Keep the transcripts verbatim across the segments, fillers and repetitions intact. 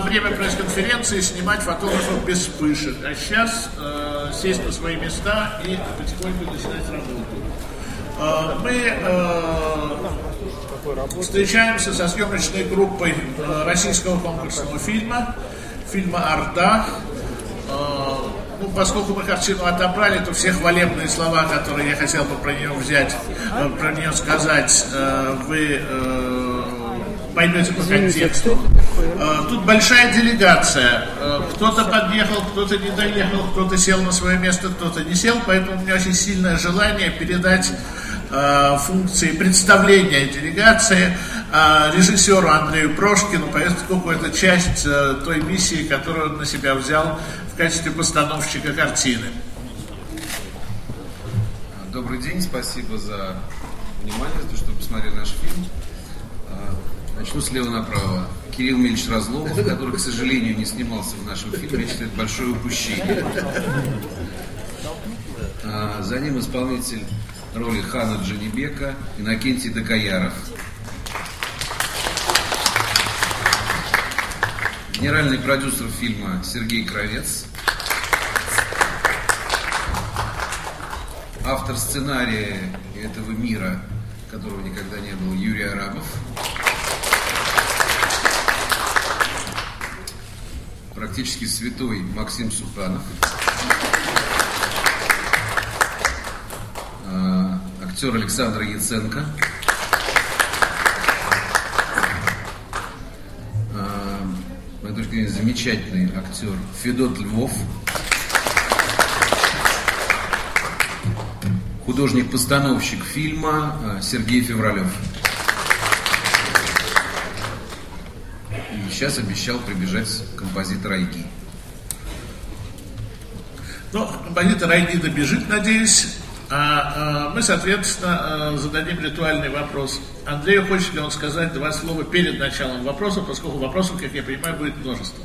время пресс-конференции снимать фотографов без вспышек, а сейчас э, сесть на свои места и потихоньку начинать работу. Э, мы э, встречаемся со съемочной группой э, российского конкурсного фильма, фильма «Орда». Э, ну, поскольку мы картину отобрали, то все хвалебные слова, которые я хотел бы про нее взять, э, про нее сказать, э, вы... Э, поймете по контексту. Тут большая делегация. Кто-то подъехал, кто-то не доехал, кто-то сел на свое место, кто-то не сел. Поэтому у меня очень сильное желание передать функции представления делегации режиссеру Андрею Прошкину, поскольку это часть той миссии, которую он на себя взял в качестве постановщика картины. Добрый день, спасибо за внимание, за то, что посмотрели наш фильм. Начну слева направо. Кирилл Мильевич Разломов, который, к сожалению, не снимался в нашем фильме, я считаю, это большое упущение. А, за ним исполнитель роли Хана Джанибека Иннокентий Докаяров. Генеральный продюсер фильма Сергей Кравец. Автор сценария этого мира, которого никогда не было, Юрий Арабов. Практически святой Максим Суханов. А, актер Александр Яценко. А, с моей точки зрения, замечательный актер Федот Львов. Художник-постановщик фильма Сергей Февралев. Сейчас обещал прибежать композитор Айги. Ну, композитор Айги добежит, надеюсь. А, а мы, соответственно, зададим ритуальный вопрос. Андрею, хочет ли он сказать два слова перед началом вопроса, поскольку вопросов, как я понимаю, будет множество.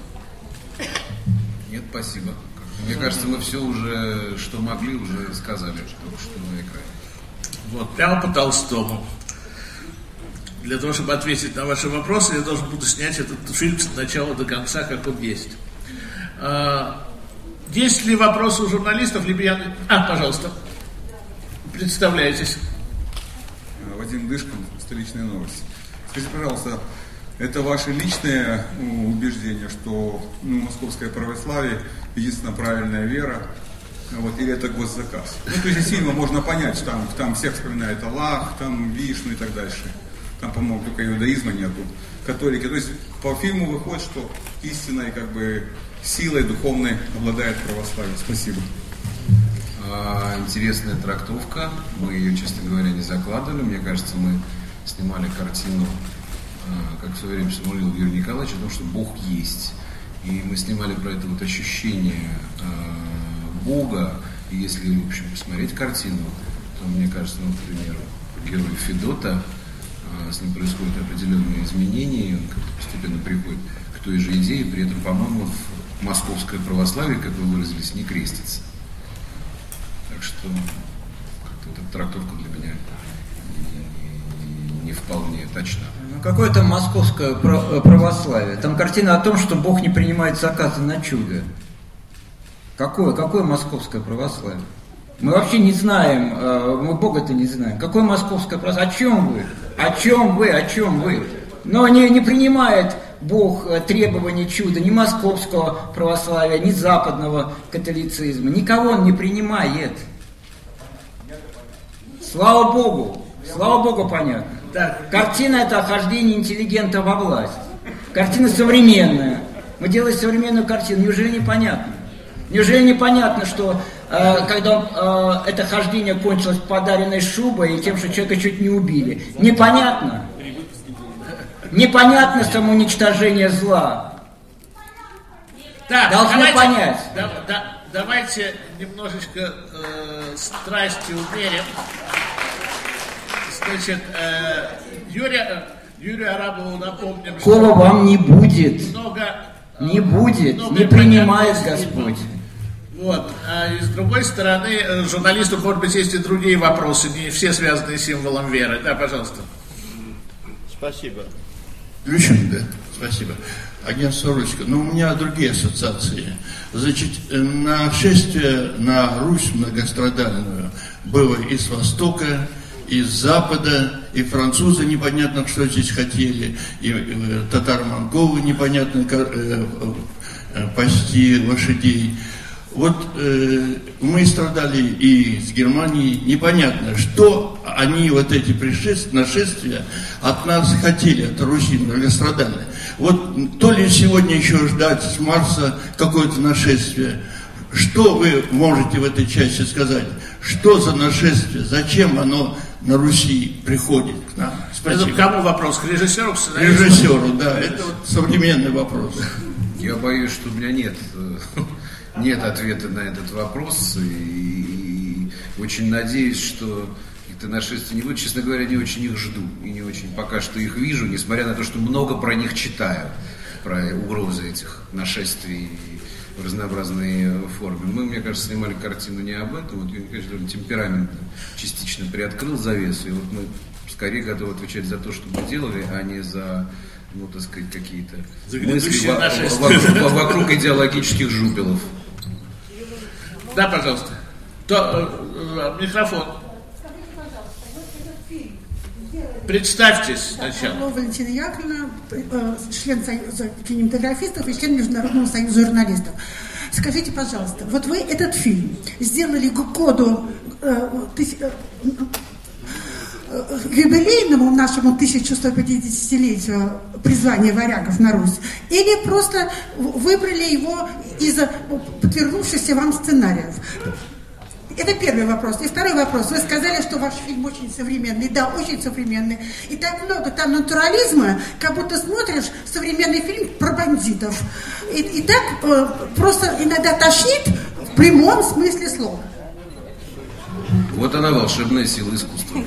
Нет, спасибо. Мне кажется, мы все уже, что могли, уже сказали, что, что на экране. Вот, прямо по Толстому. Для того, чтобы ответить на ваши вопросы, я должен буду снять этот фильм с начала до конца, как он есть. А, есть ли вопросы у журналистов, либо я... А, пожалуйста, представляйтесь. Вадим Дышкин, «Столичные новости». Скажите, пожалуйста, это ваше личное ну, убеждение, что ну, московское православие единственно правильная вера, вот, или это госзаказ? Ну, то есть из фильма можно понять, что там, там всех вспоминает Аллах, там Вишну и так дальше. Там, по-моему, только иудаизма нету, католики. То есть по фильму выходит, что истинной как бы силой духовной обладает православие. Спасибо. А, интересная трактовка. Мы ее, честно говоря, не закладывали. Мне кажется, мы снимали картину, а, как в свое время сформулировал Юрий Николаевич, о том, что Бог есть. И мы снимали про это вот ощущение а, Бога. И если, в общем, посмотреть картину, то, мне кажется, ну, например, герой Федота, с ним происходят определенные изменения, и он как-то постепенно приходит к той же идее, при этом, по-моему, в московское православие, как вы выразились, не крестится. Так что как-то эта трактовка для меня не, не, не вполне точна. Ну, какое там московское православие? Там картина о том, что Бог не принимает заказы на чудо. Какое, какое московское православие? Мы вообще не знаем, мы Бога-то не знаем. Какое московское православие? О чем вы? О чем вы? О чем вы? Но не, не принимает Бог требований чуда ни московского православия, ни западного католицизма. Никого он не принимает. Слава Богу! Слава Богу, понятно. Так. Картина – это хождение интеллигента во власть. Картина современная. Мы делаем современную картину. Неужели непонятно? Неужели непонятно, что э, когда э, это хождение кончилось подаренной шубой и тем, что человека чуть не убили? Непонятно? Непонятно самоуничтожение зла. Так, должны давайте, понять. Да, да, давайте немножечко э, страсти умерим. Значит, э, Юрия, Юрию Арабову напомним, что... Такого вам не будет. Много... Не будет, много не принимает Господь. Вот. А и с другой стороны, журналисту, может быть, есть и другие вопросы, не все связанные с символом веры. Да, пожалуйста. Спасибо. Включим, да? Спасибо. агентство «Руська», но у меня другие ассоциации. Значит, нашествие на Русь многострадальную было и с востока, и с запада, и французы непонятно, что здесь хотели, и татаро-монголы непонятно пасти лошадей. Вот э, мы страдали и с Германией, непонятно, что они, вот эти пришествия, нашествия, от нас хотели, от Руси многострадальной. Вот то ли сегодня еще ждать с Марса какое-то нашествие. Что вы можете в этой части сказать? Что за нашествие? Зачем оно на Руси приходит к нам? Спасибо. Это кому вопрос? К режиссеру? К сценаристу? Режиссеру, да. Это вот современный вопрос. Я боюсь, что у меня нет... Нет ответа на этот вопрос, и, и очень надеюсь, что это нашествие не будет. Честно говоря, не очень их жду, и не очень пока что их вижу, несмотря на то, что много про них читаю, про угрозы этих нашествий в разнообразной форме. Мы, мне кажется, снимали картину не об этом, вот, конечно, довольно темпераментно, частично приоткрыл завесу, и вот мы скорее готовы отвечать за то, что мы делали, а не за... ну, так сказать, какие-то мысли вокруг, вокруг идеологических жупелов. Да, пожалуйста. То, э, микрофон. Представьтесь сначала. Валентина Яковлевна, член Союза кинематографистов и член Международного союза журналистов. Скажите, пожалуйста, вот вы этот фильм сделали к году э, тысяч, э, юбилейному нашему тысяча сто пятидесятилетию призвания варягов на Русь, или просто выбрали его из подвернувшихся вам сценариев? Это первый вопрос. И второй вопрос. Вы сказали, что ваш фильм очень современный. Да, очень современный. И так много там натурализма, как будто смотришь современный фильм про бандитов. И, и так э, просто иногда тошнит в прямом смысле слова. Вот она, волшебная сила искусства.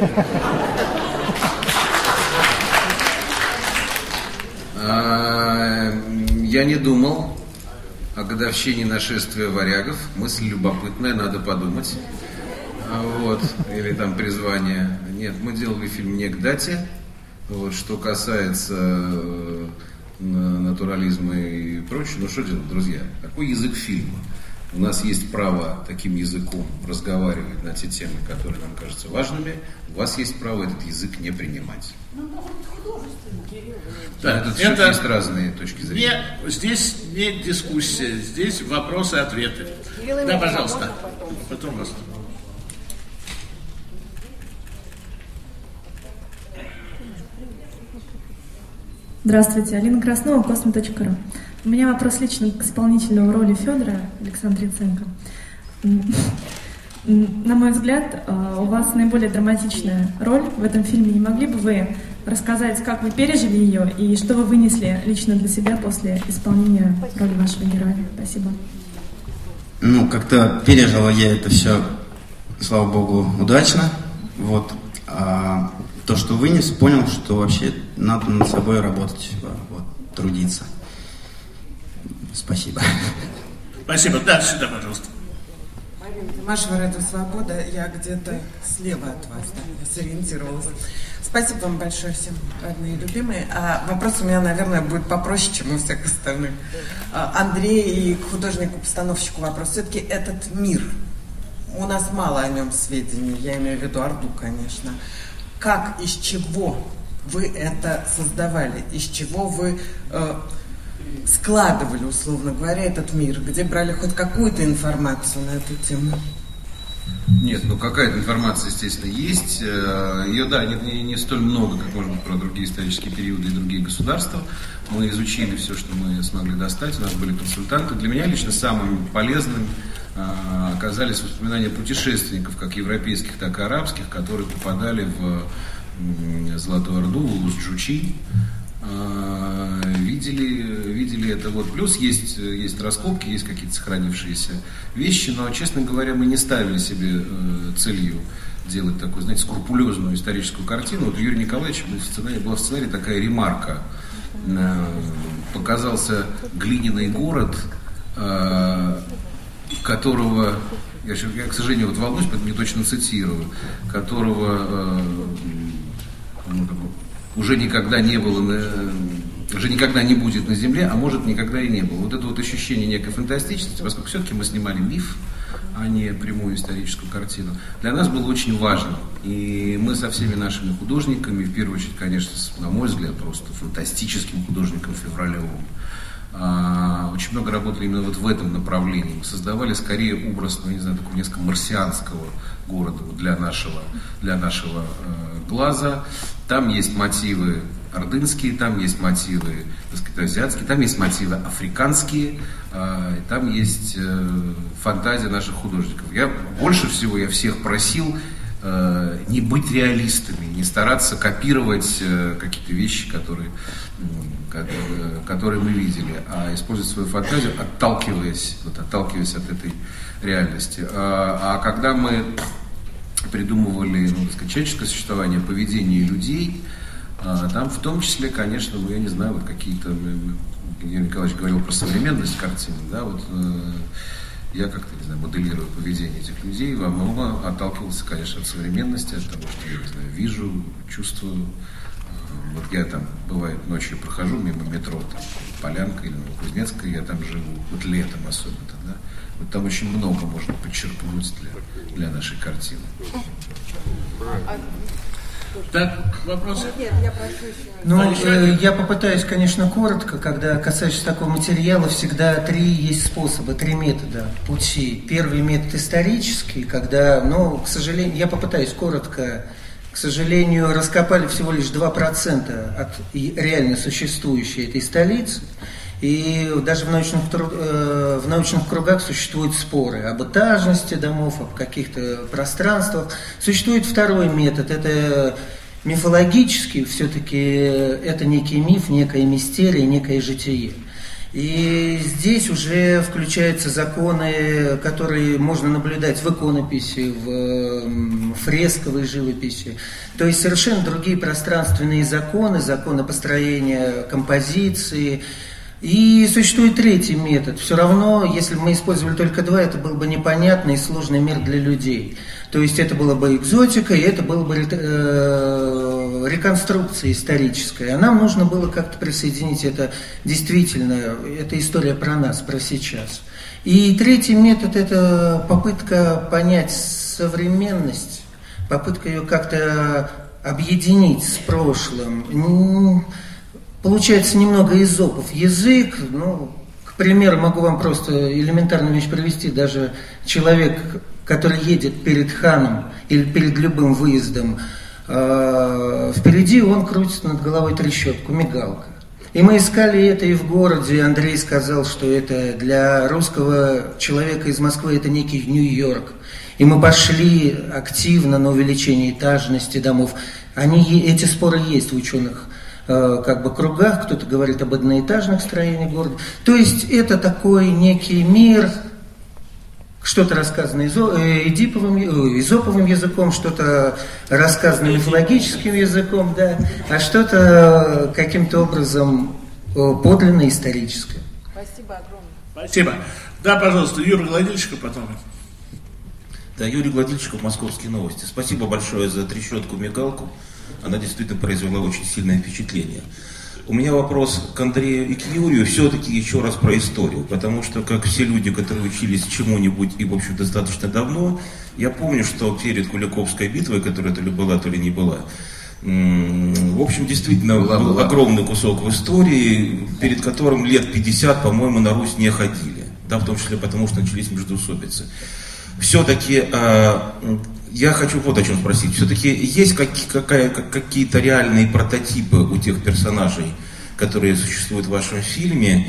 Я не думал о годовщине нашествия варягов. Мысль любопытная, надо подумать. Вот. Или там призвание. Нет, мы делали фильм не к дате. Вот. Что касается натурализма и прочего, ну что делать, друзья? Какой язык фильма? У нас есть право таким языком разговаривать на те темы, которые нам кажутся важными. У вас есть право этот язык не принимать. Да, это, это есть разные точки зрения. Не, здесь не дискуссия, здесь вопросы-ответы. Да, пожалуйста. Потом вас. Здравствуйте, Алина Краснова, космо точка ру. У меня вопрос лично к исполнителю роли Федора, Александру Яценко. На мой взгляд, у вас наиболее драматичная роль в этом фильме. Не могли бы вы рассказать, как вы пережили ее и что вы вынесли лично для себя после исполнения роли вашего героя? Спасибо. Ну, как-то пережила я это все, слава богу, удачно. Вот. А то, что вынес, понял, что вообще надо над собой работать, вот, трудиться. Спасибо. Спасибо. Да, сюда, пожалуйста. Маша, Радио Свобода, я где-то слева от вас, да, я сориентировалась. Спасибо вам большое всем, родные и любимые. А вопрос у меня, наверное, будет попроще, чем у всех остальных. Андрей и к художнику-постановщику вопрос. Все-таки этот мир, у нас мало о нем сведений, я имею в виду Орду, конечно. Как, из чего вы это создавали? Из чего вы э, складывали, условно говоря, этот мир? Где брали хоть какую-то информацию на эту тему? Нет, ну какая-то информация, естественно, есть. Ее, да, не, не, не столь много, как, может быть, про другие исторические периоды и другие государства. Мы изучили все, что мы смогли достать. У нас были консультанты. Для меня лично самым полезным э, оказались воспоминания путешественников, как европейских, так и арабских, которые попадали в э, Золотую Орду, в Улус-Джучи. Видели, видели это. Вот. Плюс есть, есть раскопки, есть какие-то сохранившиеся вещи, но, честно говоря, мы не ставили себе э, целью делать такую, знаете, скрупулезную историческую картину. Вот у Юрия Николаевича была в сценарии, была в сценарии такая ремарка. Э, показался глиняный город, э, которого, я, я, к сожалению, вот волнуюсь, поэтому не точно цитирую, которого э, ну, уже никогда не было на, уже никогда не будет на Земле, а может никогда и не было. Вот это вот ощущение некой фантастичности, поскольку все-таки мы снимали миф, а не прямую историческую картину, для нас было очень важно. И мы со всеми нашими художниками, в первую очередь, конечно, на мой взгляд, просто фантастическим художником Февралевым, очень много работали именно вот в этом направлении. Мы создавали скорее образ, ну, не знаю, такого несколько марсианского города для нашего, для нашего э, глаза. Там есть мотивы ордынские, там есть мотивы, так сказать, азиатские, там есть мотивы африканские, э, там есть э, фантазия наших художников. Я больше всего я всех просил э, не быть реалистами, не стараться копировать э, какие-то вещи, которые которые мы видели, а использовать свою фантазию, отталкиваясь, вот, отталкиваясь от этой реальности. А, а когда мы придумывали, ну, так сказать, человеческое существование, поведение людей, а, там в том числе, конечно, ну, я не знаю, вот какие-то, Юрий Николаевич говорил про современность картины, да, вот я как-то, не знаю, моделирую поведение этих людей, во многом отталкивался, конечно, от современности, от того, что я, не знаю, вижу, чувствую. Вот я там, бывает, ночью прохожу мимо метро, там, Полянка или Новокузнецкая, я там живу, вот летом особенно, да, вот там очень много можно подчеркнуть для, для нашей картины. Так, вопросы? Нет, я прошу еще. Ну, э, я попытаюсь, конечно, коротко, когда касаешься такого материала, всегда три есть способа, три метода пути. Первый метод исторический, когда, ну, к сожалению, я попытаюсь коротко. К сожалению, раскопали всего лишь два процента от реально существующей этой столицы. И даже в научных, в научных кругах существуют споры об этажности домов, об каких-то пространствах. Существует второй метод, это мифологический, все-таки это некий миф, некая мистерия, некое житие. И здесь уже включаются законы, которые можно наблюдать в иконописи, в фресковой живописи. То есть совершенно другие пространственные законы, законы построения композиции. И существует третий метод. Все равно, если бы мы использовали только два, это был бы непонятный и сложный мир для людей. То есть это была бы экзотика, и это была бы э, реконструкция историческая. А нам нужно было как-то присоединить это действительно, это история про нас, про сейчас. И третий метод – это попытка понять современность, попытка ее как-то объединить с прошлым. Получается немного эзопов язык, ну, к примеру, могу вам просто элементарную вещь привести, даже человек, который едет перед ханом или перед любым выездом, э, впереди он крутит над головой трещотку, мигалка. И мы искали это и в городе, Андрей сказал, что это для русского человека из Москвы это некий Нью-Йорк. И мы пошли активно на увеличение этажности домов. Они, эти споры есть в ученых как бы кругах, кто-то говорит об одноэтажных строениях города. То есть это такой некий мир, что-то рассказано эдиповым, эзоповым языком, что-то рассказано мифологическим языком, да, а что-то каким-то образом подлинно историческое. Спасибо огромное. Спасибо. Да, пожалуйста, Юрий Гладильщиков потом. Да, Юрий Гладильщиков, «Московские новости». Спасибо большое за трещотку-мигалку. Она действительно произвела очень сильное впечатление. У меня вопрос к Андрею и к Юрию все-таки еще раз про историю, потому что, как все люди, которые учились чему-нибудь и, в общем, достаточно давно, я помню, что перед Куликовской битвой, которая то ли была, то ли не была, в общем, действительно была, был была. огромный кусок в истории, перед которым лет пятьдесят, по-моему, на Русь не ходили, да, в том числе потому, что начались междоусобицы. Все-таки я хочу вот о чем спросить. Все-таки есть какие, какая, какие-то реальные прототипы у тех персонажей, которые существуют в вашем фильме?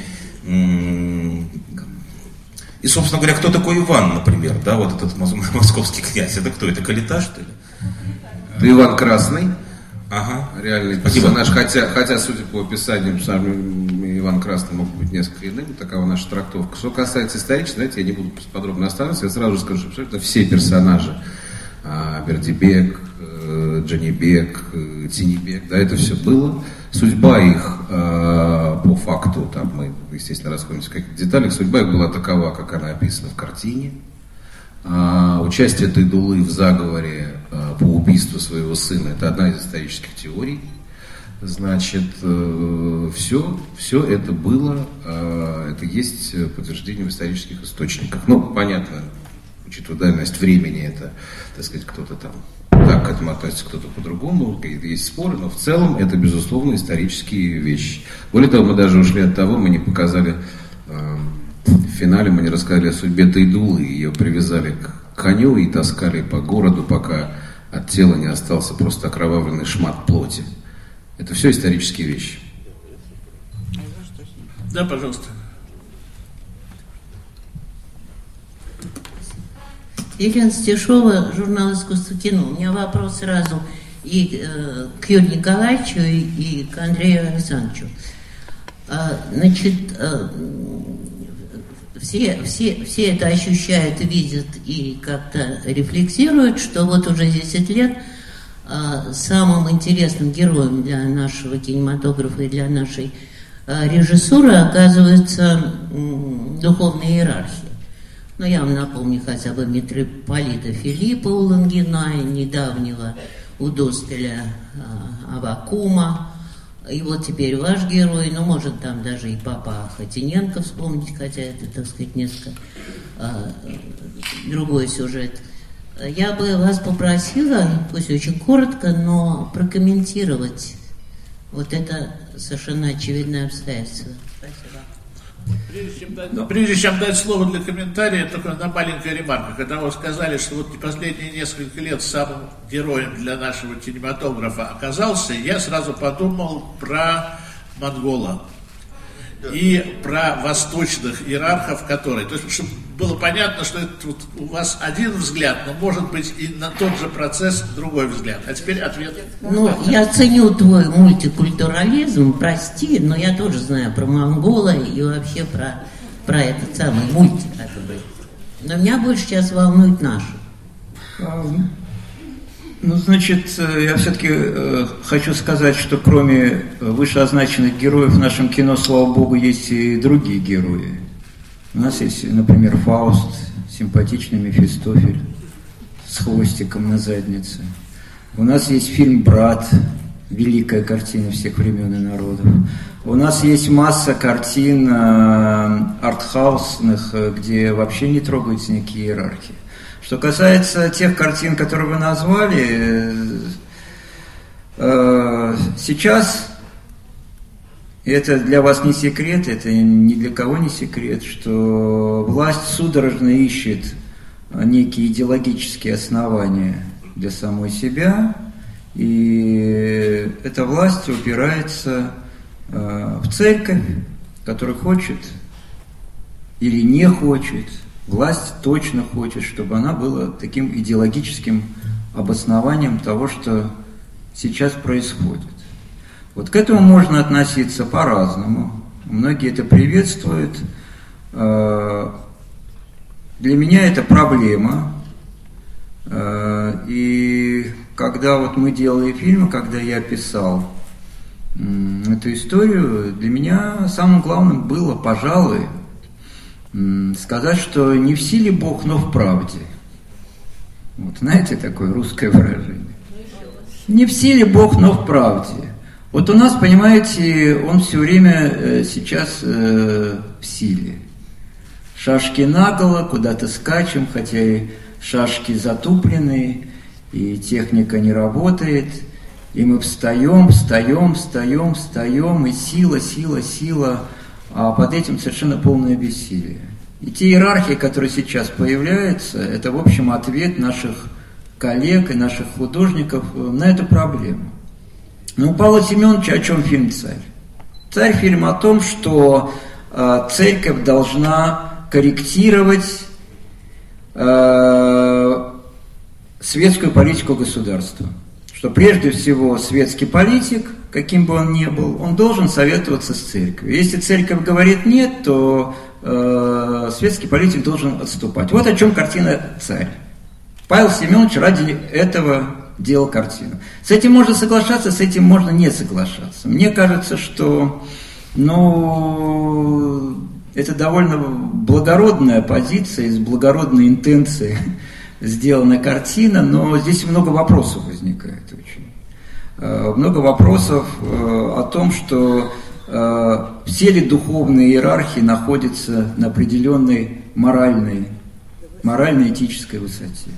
И, собственно говоря, кто такой Иван, например, да, вот этот московский князь? Это кто? Это Калита, что ли? Это Иван Красный. Ага. Реальный персонаж, хотя, хотя, судя по описанию, сам Иван Красный мог быть несколько иным, такова наша трактовка. Что касается исторически, знаете, я не буду подробно останавливаться, я сразу скажу, что абсолютно все персонажи, Бердибек, Джанибек, Тинибек, да, это все было. Судьба их, по факту, там мы, естественно, расходимся в каких-то деталях, судьба их была такова, как она описана в картине. Участие Тайдуллы в заговоре по убийству своего сына – это одна из исторических теорий. Значит, все, все это было, это есть подтверждение в исторических источниках. Ну, понятно, учитывая дальность времени, это, так сказать, кто-то там так к этому относится, кто-то по-другому, есть споры, но в целом это, безусловно, исторические вещи. Более того, мы даже ушли от того, мы не показали, в финале мы не рассказали о судьбе Тайдулы, ее привязали к коню и таскали по городу, пока от тела не остался просто окровавленный шмат плоти. Это все исторические вещи. Да, пожалуйста. Елена Стешова, журнал «Искусство кино». У меня вопрос сразу и э, к Юрию Николаевичу, и, и к Андрею Александровичу. А, значит, э, все, все, все это ощущают, видят и как-то рефлексируют, что вот уже десять лет э, самым интересным героем для нашего кинематографа и для нашей э, режиссуры оказывается э, духовная иерархия. Ну, я вам напомню хотя бы митрополита Филиппа Улангина, недавнего удостеля а, Аввакума, и вот теперь ваш герой, ну, может, там даже и папа Хотиненко вспомнить, хотя это, так сказать, несколько а, другой сюжет. Я бы вас попросила, пусть очень коротко, но прокомментировать вот это совершенно очевидное обстоятельство. Спасибо. Прежде чем, дать, прежде чем дать слово для комментария, только одна маленькая ремарка. Когда вы сказали, что вот последние несколько лет самым героем для нашего кинематографа оказался, я сразу подумал про монгола и про восточных иерархов, которые... То есть, чтобы было понятно, что это вот у вас один взгляд, но может быть и на тот же процесс другой взгляд. А теперь ответ. Ну, я ценю твой мультикультурализм, прости, но я тоже знаю про монгола и вообще про, про этот самый мультик. Но меня больше сейчас волнует наши. Ну, значит, я все-таки э, хочу сказать, что кроме вышеозначенных героев в нашем кино, слава богу, есть и другие герои. У нас есть, например, Фауст, симпатичный Мефистофель с хвостиком на заднице. У нас есть фильм «Брат», великая картина всех времен и народов. У нас есть масса картин э, артхаусных, где вообще не трогаются никакие иерархии. Что касается тех картин, которые вы назвали, э, сейчас, и это для вас не секрет, это ни для кого не секрет, что власть судорожно ищет некие идеологические основания для самой себя, и эта власть упирается э, в церковь, которая хочет или не хочет. Власть точно хочет, чтобы она была таким идеологическим обоснованием того, что сейчас происходит. Вот к этому можно относиться по-разному. Многие это приветствуют. Для меня это проблема. И когда вот мы делали фильмы, когда я писал эту историю, для меня самым главным было, пожалуй, сказать, что не в силе Бог, но в правде. Вот знаете такое русское выражение? Не в силе Бог, но в правде. Вот у нас, понимаете, он все время сейчас э, в силе. Шашки наголо, куда-то скачем, хотя и шашки затуплены, и техника не работает, и мы встаем, встаем, встаем, встаем, и сила, сила, сила, а под этим совершенно полное бессилие. И те иерархии, которые сейчас появляются, это, в общем, ответ наших коллег и наших художников на эту проблему. Но у Павла Семеновича о чем фильм «Царь»? «Царь» – фильм о том, что э, церковь должна корректировать э, светскую политику государства. Что прежде всего светский политик, каким бы он ни был, он должен советоваться с церковью. Если церковь говорит «нет», то э, светский политик должен отступать. Вот о чем картина «Царь». Павел Семенович ради этого делал картину. С этим можно соглашаться, с этим можно не соглашаться. Мне кажется, что ну, это довольно благородная позиция, из благородной интенции сделана картина, но здесь много вопросов возникает очень. много вопросов о том, что все ли духовные иерархии находятся на определенной моральной, морально-этической высоте.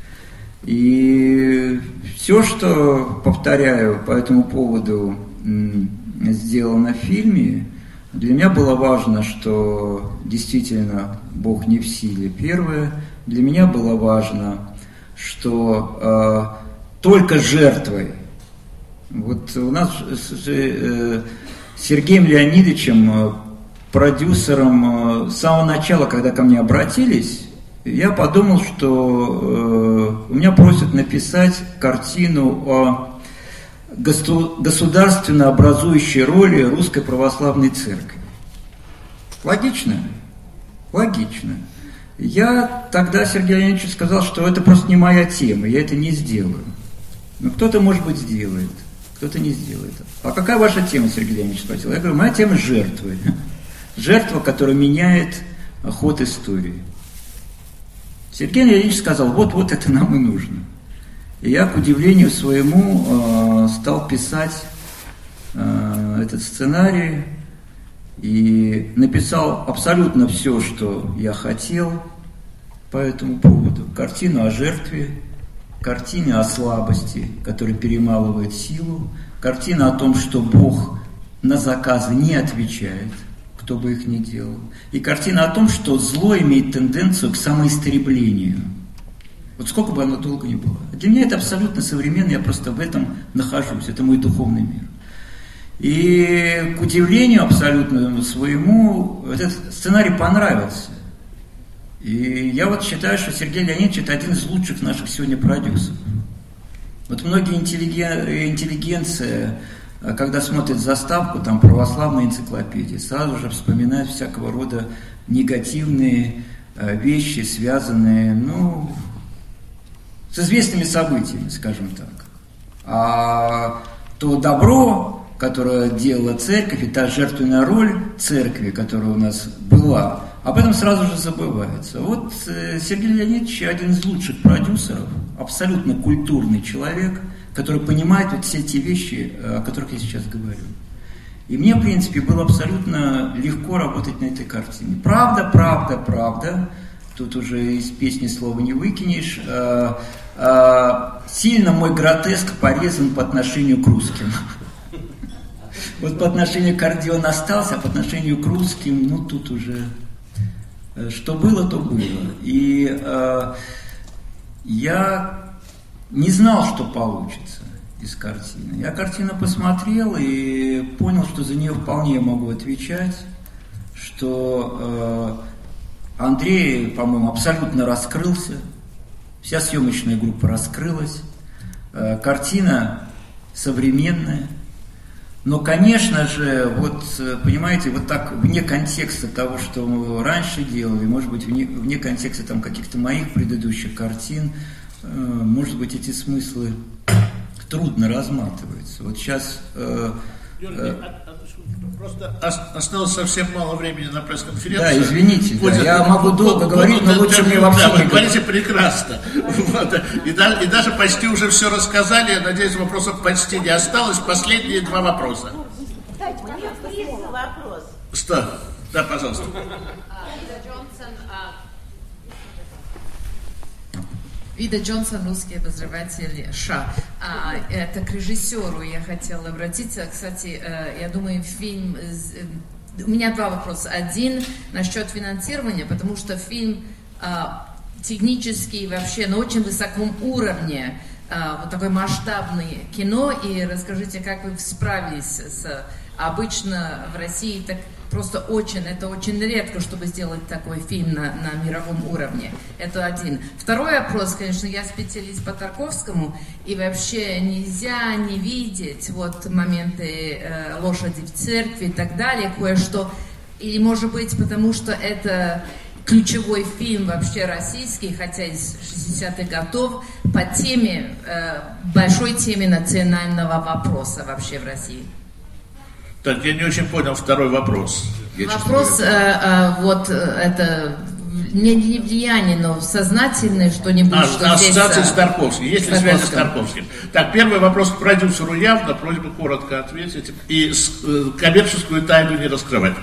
И все, что, повторяю, по этому поводу сделано в фильме, для меня было важно, что действительно Бог не в силе. Первое, для меня было важно, что э, только жертвой. Вот у нас с э, Сергеем Леонидовичем, продюсером, э, с самого начала, когда ко мне обратились, я подумал, что э, у меня просят написать картину о государственно образующей роли Русской Православной Церкви. Логично? Логично. Я тогда Сергею Леонидовичу сказал, что это просто не моя тема, я это не сделаю. Но кто-то, может быть, сделает, кто-то не сделает. А какая ваша тема, Сергей Леонидович спросил? Я говорю, моя тема жертвы. Жертва, которая меняет ход истории. Сергей Леонидович сказал, вот-вот это нам и нужно. И я, к удивлению своему, стал писать этот сценарий и написал абсолютно все, что я хотел по этому поводу. Картину о жертве, картину о слабости, которая перемалывает силу, картина о том, что Бог на заказы не отвечает, кто бы их ни делал, и картина о том, что зло имеет тенденцию к самоистреблению. Вот сколько бы оно долго ни было. Для меня это абсолютно современно, я просто в этом нахожусь, это мой духовный мир. И к удивлению абсолютно своему, этот сценарий понравился. И я вот считаю, что Сергей Леонидович это один из лучших наших сегодня продюсеров. Вот многие интеллиген... интеллигенция, когда смотрят заставку, там православной энциклопедии, сразу же вспоминают всякого рода негативные вещи, связанные, ну, с известными событиями, скажем так. А то добро, которое делала церковь, и та жертвенная роль церкви, которая у нас была, об этом сразу же забывается. Вот Сергей Леонидович один из лучших продюсеров, абсолютно культурный человек, который понимает вот все те вещи, о которых я сейчас говорю. И мне, в принципе, было абсолютно легко работать на этой картине. Правда, правда, правда, тут уже из песни слова не выкинешь, а, а, сильно мой гротеск порезан по отношению к русским. Вот по отношению к Родиону остался, а по отношению к русским, ну тут уже что было, то было. И а, я не знал, что получится из картины. Я картину посмотрел и понял, что за нее вполне могу отвечать, что э, Андрей, по-моему, абсолютно раскрылся, вся съемочная группа раскрылась, э, картина современная, но, конечно же, вот, понимаете, вот так вне контекста того, что мы раньше делали, может быть, вне, вне контекста там каких-то моих предыдущих картин, э, может быть, эти смыслы трудно разматывается. Вот сейчас... Э, Юрий, э, просто осталось совсем мало времени на пресс-конференцию. Да, извините, будет, да, я могу долго будет, говорить, но лучше мне вообще да, не говорить. Вы говорите прекрасно. Вот. И, да, и даже почти уже все рассказали. Я надеюсь, вопросов почти не осталось. Последние два вопроса. Дайте мне вопрос. Что? Да, пожалуйста. Вида Джонсон, русский обозреватель США. А, это к режиссеру я хотела обратиться. Кстати, я думаю, фильм... У меня два вопроса. Один насчет финансирования, потому что фильм технически вообще на очень высоком уровне, вот такое масштабное кино. И расскажите, как вы справились с... Обычно в России так просто очень, это очень редко, чтобы сделать такой фильм на, на мировом уровне. Это один. Второй вопрос, конечно, я специалист по Тарковскому, и вообще нельзя не видеть вот моменты э, лошади в церкви и так далее, кое-что. Или, может быть, потому что это ключевой фильм вообще российский, хотя из шестидесятых годов, по теме, э, большой теме национального вопроса вообще в России. Так, я не очень понял второй вопрос. Я вопрос, э, э, вот это не влияние, но сознательное что-нибудь, А, что ассоциация здесь... с Тарковским. Есть ли связь с Тарковским? Так, первый вопрос к продюсеру явно, просьба коротко ответить. И с, э, коммерческую тайну не раскрывать.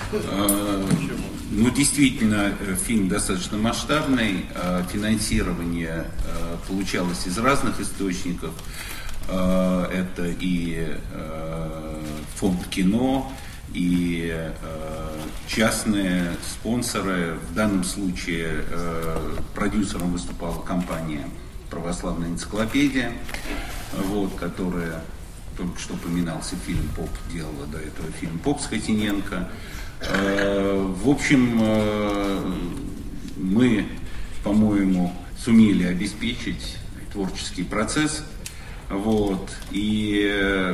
Ну, действительно, фильм достаточно масштабный. Финансирование получалось из разных источников. Это и фонд кино, и частные спонсоры. В данном случае продюсером выступала компания «Православная энциклопедия», вот, которая, только что упоминался фильм «Поп», делала до этого фильм «Поп» с Хотиненко. В общем, мы, по-моему, сумели обеспечить творческий процесс. Вот, и,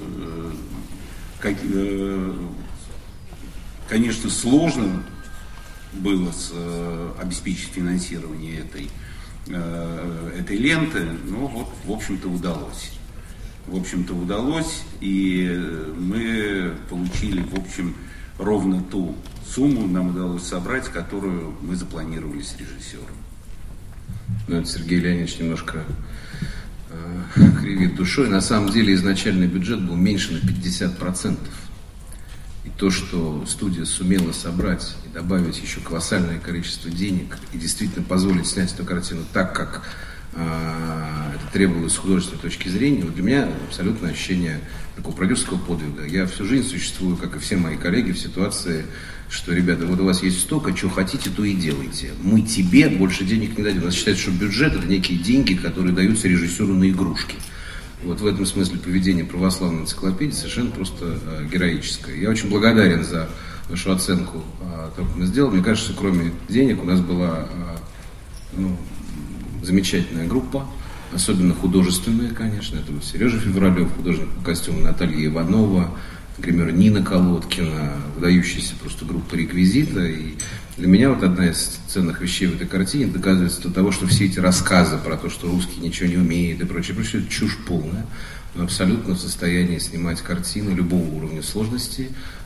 конечно, сложно было с, обеспечить финансирование этой, этой ленты, но вот, в общем-то, удалось. В общем-то, удалось, и мы получили, в общем, ровно ту сумму нам удалось собрать, которую мы запланировали с режиссером. Ну, это Сергей Леонидович немножко э, кривит душой. На самом деле изначальный бюджет был меньше на пятьдесят процентов. И то, что студия сумела собрать и добавить еще колоссальное количество денег и действительно позволить снять эту картину так, как э, это требовалось с художественной точки зрения, вот для меня абсолютное ощущение такого продюсерского подвига. Я всю жизнь существую, как и все мои коллеги, в ситуации, что, ребята, вот у вас есть столько, что хотите, то и делайте. Мы тебе больше денег не дадим. У нас считается, что бюджет — это некие деньги, которые даются режиссеру на игрушки. Вот в этом смысле поведение православной энциклопедии совершенно просто э, героическое. Я очень благодарен за вашу оценку э, того, как мы сделали. Мне кажется, кроме денег у нас была э, ну, замечательная группа, особенно художественная, конечно. Это вот Сережа Февралев, художник по костюму, Наталья Иванова, например, Нина Колодкина, выдающаяся просто группа «Реквизита». И для меня вот одна из ценных вещей в этой картине — доказательство того, что все эти рассказы про то, что русский ничего не умеет и прочее, прочее, это чушь полная. Мы абсолютно в состоянии снимать картины любого уровня сложности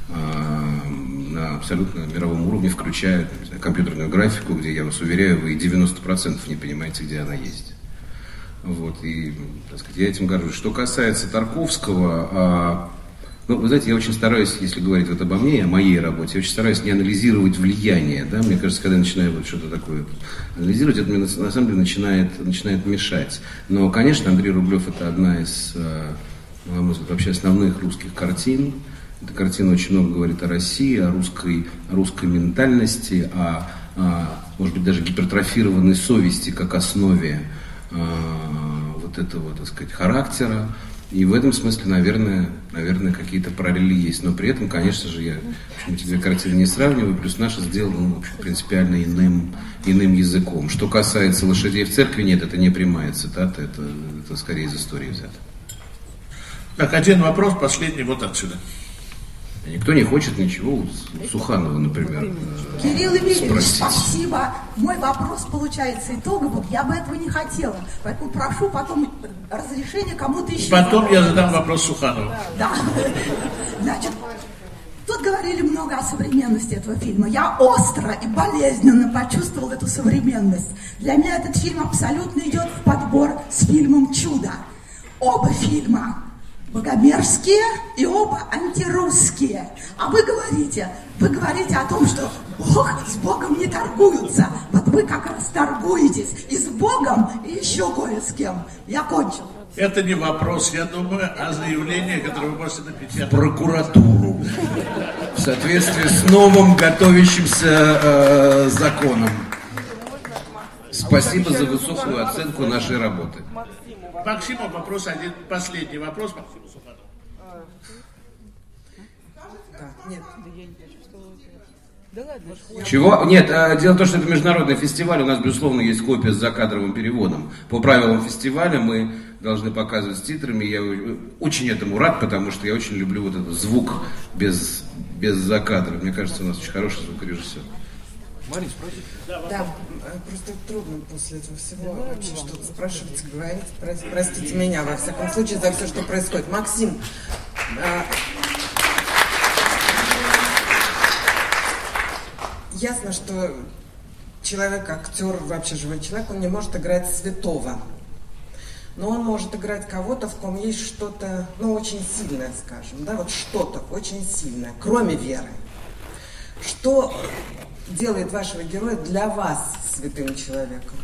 на абсолютно мировом уровне, включая, не знаю, компьютерную графику, где, я вас уверяю, вы девяносто процентов не понимаете, где она есть. Вот, и, так сказать, я этим горжусь. Что касается Тарковского, а, ну, вы знаете, я очень стараюсь, если говорить вот обо мне, о моей работе, я очень стараюсь не анализировать влияние, да, мне кажется, когда я начинаю вот что-то такое анализировать, это мне на, на самом деле начинает, начинает мешать. Но, конечно, Андрей Рублев — это одна из, на мой взгляд, вообще основных русских картин. Эта картина очень много говорит о России, о русской, о русской ментальности, о, о, может быть, даже гипертрофированной совести как основе вот этого, так сказать, характера. И в этом смысле, наверное, наверное, какие-то параллели есть. Но при этом, конечно же, я эти две картины не сравниваю. Плюс наша сделана, ну, в общем, принципиально иным, иным языком. Что касается «Лошадей в церкви», нет, это не прямая цитата, это, это скорее из истории взято. Так, один вопрос, последний, вот отсюда. Никто не хочет ничего у Суханова, например. Кирилл Емельевич, спросить. спасибо. Мой вопрос получается итоговым. Я бы этого не хотела. Поэтому прошу потом разрешения кому-то еще. Потом я задам вопрос Суханову. Да. Значит, тут говорили много о современности этого фильма. Я остро и болезненно почувствовал эту современность. Для меня этот фильм абсолютно идет в подбор с фильмом «Чудо». Оба фильма богомерзкие и оба антирусские. А вы говорите, вы говорите о том, что Бог с Богом не торгуются. Вот вы как раз торгуетесь и с Богом, и еще кое с кем. Я кончил. Это не вопрос, я думаю, а заявление, которое вы можете напечатать. Прокуратуру. В соответствии с новым готовящимся э, законом. Спасибо за высокую оценку нашей работы. Максиму вопрос один, последний вопрос. Максиму Суханову. Чего? Нет, дело в том, что это международный фестиваль, у нас, безусловно, есть копия с закадровым переводом. По правилам фестиваля мы должны показывать с титрами, я очень этому рад, потому что я очень люблю вот этот звук без, без закадра. Мне кажется, у нас очень хороший звукорежиссер. Мария, спроси. Да, просто трудно после этого всего вообще что-то спрашивать, говорить. Простите меня, во всяком случае, за все, что происходит. Максим, а... ясно, что человек, актер, вообще живой человек, он не может играть святого. Но он может играть кого-то, в ком есть что-то, ну, очень сильное, скажем, да, вот что-то очень сильное, кроме веры. Что делает вашего героя для вас святым человеком?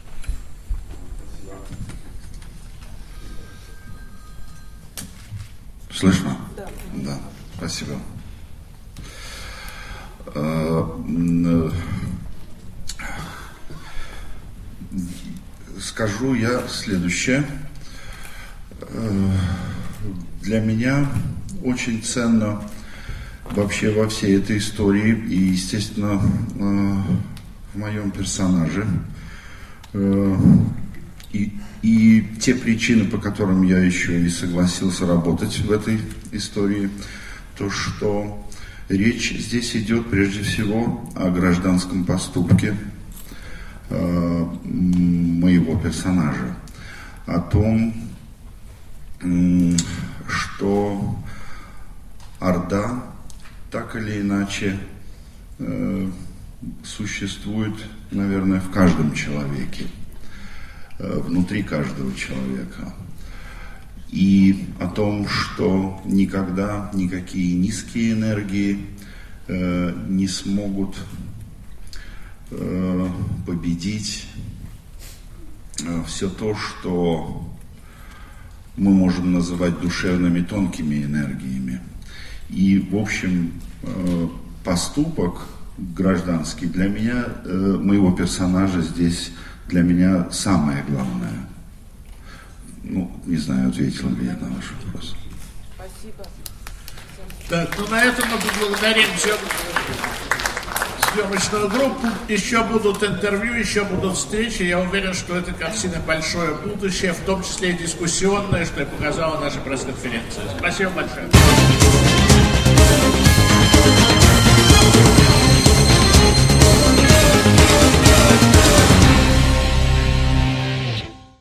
Слышно? Да. Да, спасибо. Скажу я следующее. Для меня очень ценно вообще во всей этой истории и, естественно, в моем персонаже и, и те причины, по которым я еще и согласился работать в этой истории, то, что речь здесь идет прежде всего о гражданском поступке э, моего персонажа, о том, э, что Орда так или иначе э, существует, наверное, в каждом человеке, э, внутри каждого человека. И о том, что никогда никакие низкие энергии э, не смогут э, победить э, все то, что мы можем называть душевными тонкими энергиями. И, в общем, э, поступок гражданский для меня, э, моего персонажа здесь, для меня самое главное. Ну, не знаю, ответил ли я на ваш вопрос. Спасибо. Так, ну на этом мы поблагодарим съемочную группу. Еще будут интервью, еще будут встречи. Я уверен, что эта картина большое будущее, в том числе и дискуссионное, что и показала наша пресс-конференция. Спасибо большое.